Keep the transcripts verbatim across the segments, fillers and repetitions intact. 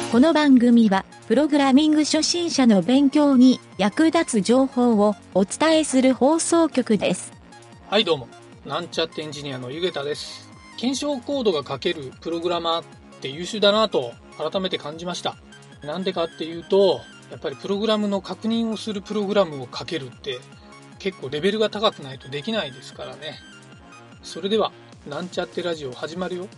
この番組はプログラミング初心者の勉強に役立つ情報をお伝えする放送局です。 はいどうも、なんちゃってエンジニアのゆげたです。検証コードが書けるプログラマーって優秀だなと改めて感じました。なんでかっていうと、やっぱりプログラムの確認をするプログラムを書けるって結構レベルが高くないとできないですからね。それではなんちゃってラジオ始まるよ。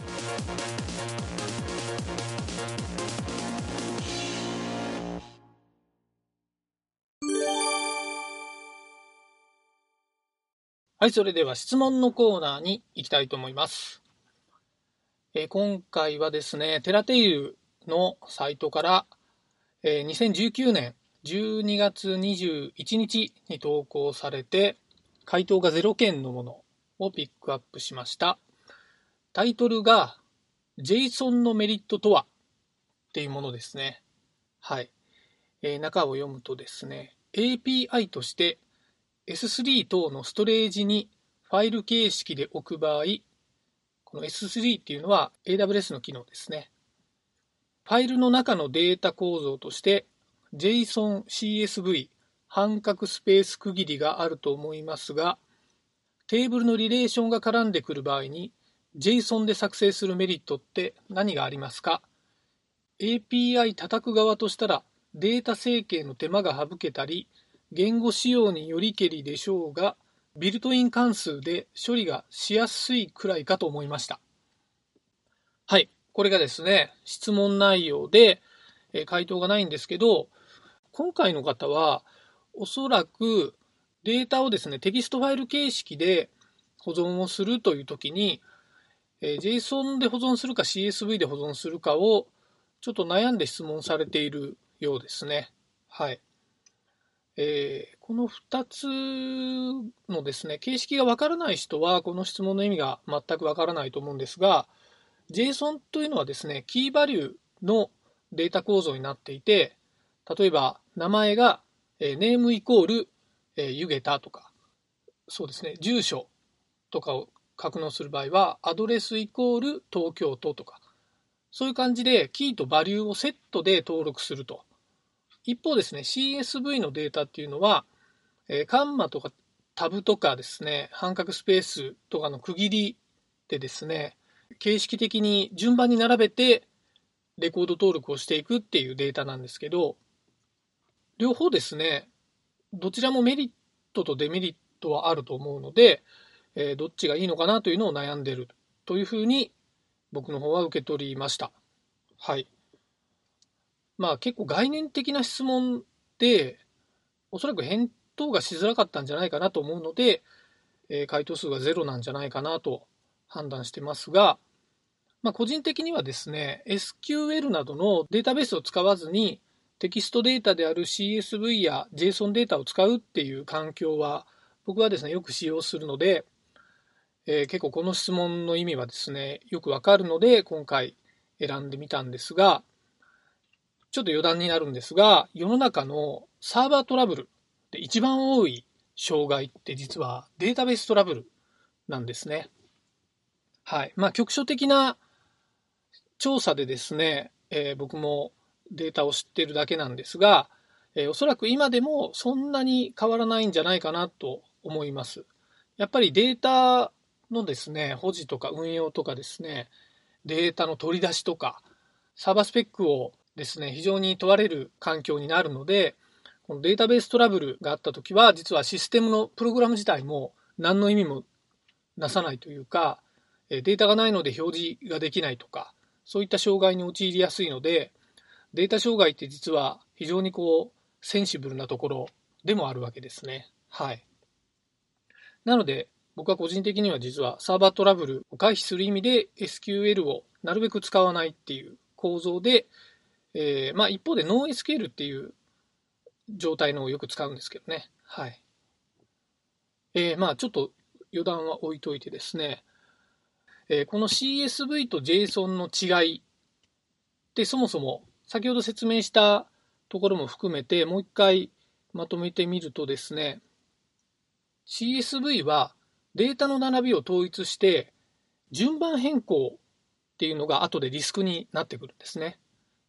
はい、それでは質問のコーナーに行きたいと思います。えー、今回はですね、テラテイルのサイトから、えー、にせんじゅうきゅうねんじゅうにがつにじゅういちにちに投稿されて、回答がゼロけんのものをピックアップしました。タイトルが JSON のメリットとはっていうものですね。はい。えー、中を読むとですね、エーピーアイ として エススリー 等のストレージにファイル形式で置く場合、この エススリー っていうのは エーダブリューエス の機能ですね。ファイルの中のデータ構造として JSON、シーエスブイ、半角スペース区切りがあると思いますが、テーブルのリレーションが絡んでくる場合に JSON で作成するメリットって何がありますか？ エーピーアイ 叩く側としたらデータ整形の手間が省けたり、言語仕様によりけりでしょうが、ビルトイン関数で処理がしやすいくらいかと思いました。はい、これがですね、質問内容で、えー、回答がないんですけど、今回の方はおそらくデータをですね、テキストファイル形式で保存をするというときに、えー、JSON で保存するか シーエスブイ で保存するかをちょっと悩んで質問されているようですね。はい。えー、このふたつのですね、形式がわからない人はこの質問の意味が全くわからないと思うんですが、JSON というのはですね、キーバリューのデータ構造になっていて、例えば名前が、えー、ネームイコール、えー、ゆげたとか、そうですね、住所とかを格納する場合は、アドレスイコール東京都とか、そういう感じでキーとバリューをセットで登録すると。一方ですね、シーエスブイ のデータっていうのは、えー、カンマとかタブとかですね、半角スペースとかの区切りでですね、形式的に順番に並べてレコード登録をしていくっていうデータなんですけど、両方ですね、どちらもメリットとデメリットはあると思うので、えー、どっちがいいのかなというのを悩んでいるというふうに僕の方は受け取りました。はい。まあ結構概念的な質問で、おそらく返答がしづらかったんじゃないかなと思うので、えー、回答数がゼロなんじゃないかなと判断してますが、まあ、個人的にはですね、エスキューエル などのデータベースを使わずにテキストデータである シーエスブイ や JSON データを使うっていう環境は僕はですね、よく使用するので、えー、結構この質問の意味はですね、よくわかるので今回選んでみたんですが、ちょっと余談になるんですが、世の中のサーバートラブルで一番多い障害って実はデータベーストラブルなんですね。はい。まあ局所的な調査でですね、えー、僕もデータを知っているだけなんですが、えー、おそらく今でもそんなに変わらないんじゃないかなと思います。やっぱりデータのですね、保持とか運用とかですね、データの取り出しとか、サーバースペックをですね、非常に問われる環境になるので、このデータベーストラブルがあったときは、実はシステムのプログラム自体も何の意味もなさないというか、データがないので表示ができないとか、そういった障害に陥りやすいので、データ障害って実は非常にこう、センシブルなところでもあるわけですね。はい。なので、僕は個人的には実はサーバートラブルを回避する意味で エスキューエル をなるべく使わないっていう構造で、えー、まあ一方でノー エスキューエル っていう状態のをよく使うんですけどね。はい。えー、まあちょっと余談は置いといてですね、えー、この シーエスブイ と JSON の違いってそもそも先ほど説明したところも含めてもう一回まとめてみるとですね、シーエスブイ はデータの並びを統一して順番変更っていうのが後でリスクになってくるんですね。一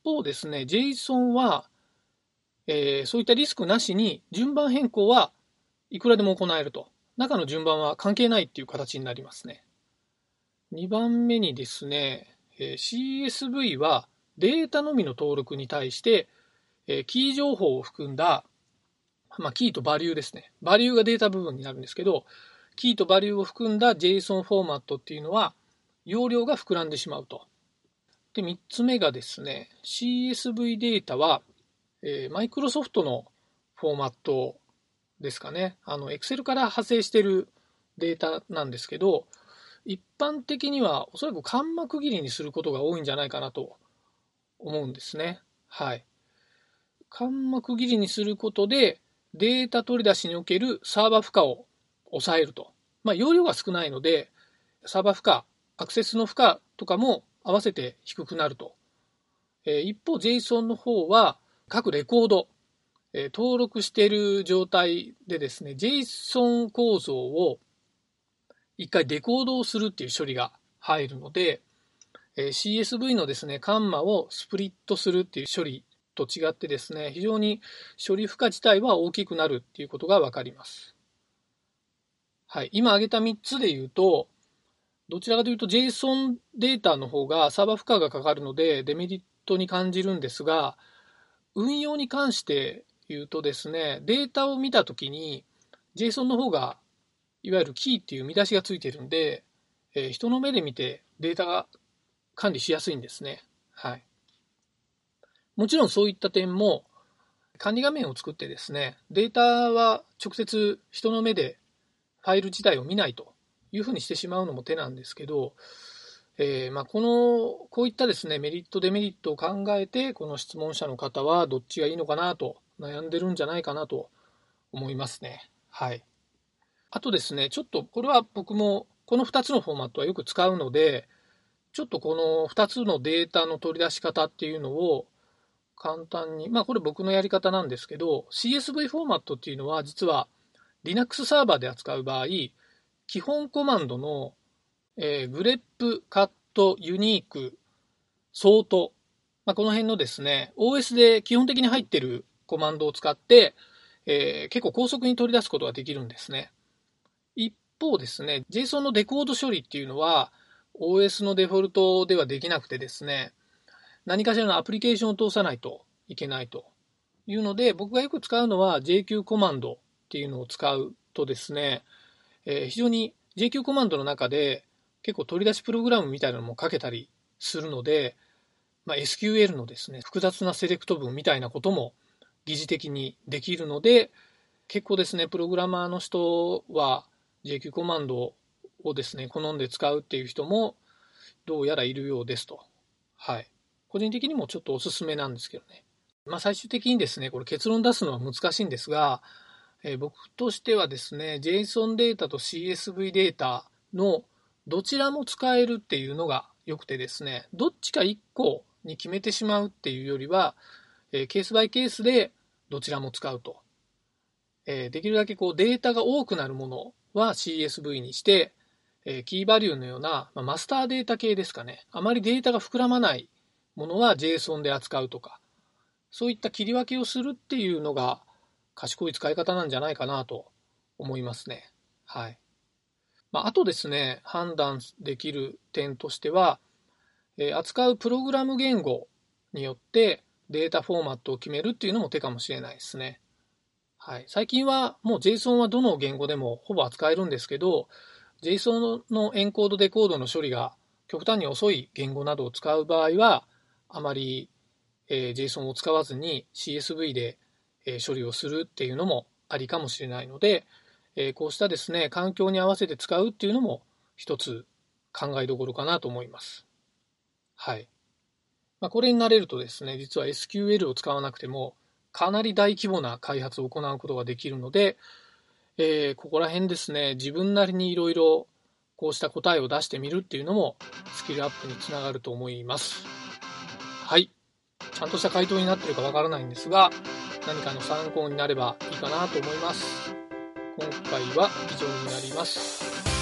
方ですね、JSON は、えーそういったリスクなしに順番変更はいくらでも行えると。中の順番は関係ないっていう形になりますね。にばんめにですね、えー シーエスブイ はデータのみの登録に対して、えーキー情報を含んだ、まあ、キーとバリューですね。バリューがデータ部分になるんですけど、キーとバリューを含んだ JSON フォーマットっていうのは、容量が膨らんでしまうと。で、みっつめがですね、シーエスブイ データは、えー、マイクロソフトのフォーマットですかね。あの、Excel から派生しているデータなんですけど、一般的にはおそらく間幕切りにすることが多いんじゃないかなと思うんですね。はい。間幕切りにすることで、データ取り出しにおけるサーバー負荷を抑えると。まあ、容量が少ないので、サーバー負荷、アクセスの負荷とかも合わせて低くなると。えー一方、JSON の方は、各レコード、えー登録している状態でですね、JSON 構造を一回デコードをするっていう処理が入るので、えー シーエスブイ のですね、カンマをスプリットするっていう処理と違ってですね、非常に処理負荷自体は大きくなるっていうことがわかります。はい。今挙げたみっつで言うと、どちらかというと JSON データの方がサーバー負荷がかかるのでデメリットに感じるんですが、運用に関して言うとですね、データを見たときに JSON の方がいわゆるキーっていう見出しがついてるんで、えー人の目で見てデータが管理しやすいんですね。はい。もちろんそういった点も管理画面を作ってですね、データは直接人の目でファイル自体を見ないというふうにしてしまうのも手なんですけど、えーまあ、このこういったですねメリットデメリットを考えてこの質問者の方はどっちがいいのかなと悩んでるんじゃないかなと思いますね。はい。あとですね、ちょっとこれは僕もこのふたつのフォーマットはよく使うので、ちょっとこのふたつのデータの取り出し方っていうのを簡単に、まあこれ僕のやり方なんですけど、シーエスブイ フォーマットっていうのは実は Linux サーバーで扱う場合、基本コマンドの、えー、グレップ、カット、ユニーク、ソート、まあ、この辺のですね、オーエス で基本的に入っているコマンドを使って、えー、結構高速に取り出すことができるんですね。一方ですね、JSON のデコード処理っていうのは オーエス のデフォルトではできなくてですね、何かしらのアプリケーションを通さないといけないというので、僕がよく使うのは ジェイキュー コマンドっていうのを使うとですね、えー非常に ジェイキュー コマンドの中で結構取り出しプログラムみたいなのも書けたりするので、まあ、エスキューエル のですね、複雑なセレクト文みたいなことも疑似的にできるので、結構ですね、プログラマーの人は ジェイキュー コマンドをですね、好んで使うっていう人もどうやらいるようですと。はい。個人的にもちょっとおすすめなんですけどね。まあ最終的にですね、これ結論出すのは難しいんですが、えー僕としてはですね、JSON データと シーエスブイ データのどちらも使えるっていうのが良くてですね、どっちかいっこに決めてしまうっていうよりは、えーケースバイケースでどちらも使うと。えーできるだけこうデータが多くなるものは シーエスブイ にして、えーキーバリューのような、まあ、マスターデータ系ですかね。あまりデータが膨らまないものは JSON で扱うとか、そういった切り分けをするっていうのが賢い使い方なんじゃないかなと思いますね。はい。まあ、あとですね、判断できる点としては、えー扱うプログラム言語によってデータフォーマットを決めるっていうのも手かもしれないですね。はい。最近はもう JSON はどの言語でもほぼ扱えるんですけど、JSON のエンコードデコードの処理が極端に遅い言語などを使う場合は、あまり、えー JSON を使わずに シーエスブイ で、えー処理をするっていうのもありかもしれないので、えーこうしたですね、環境に合わせて使うっていうのも一つ考えどころかなと思います。はい。まあ、これに慣れるとですね、実は エスキューエル を使わなくてもかなり大規模な開発を行うことができるので、えーここら辺ですね、自分なりにいろいろこうした答えを出してみるっていうのもスキルアップにつながると思います。はい。ちゃんとした回答になっているかわからないんですが、何かの参考になればいいかなと思います。今回は以上になります。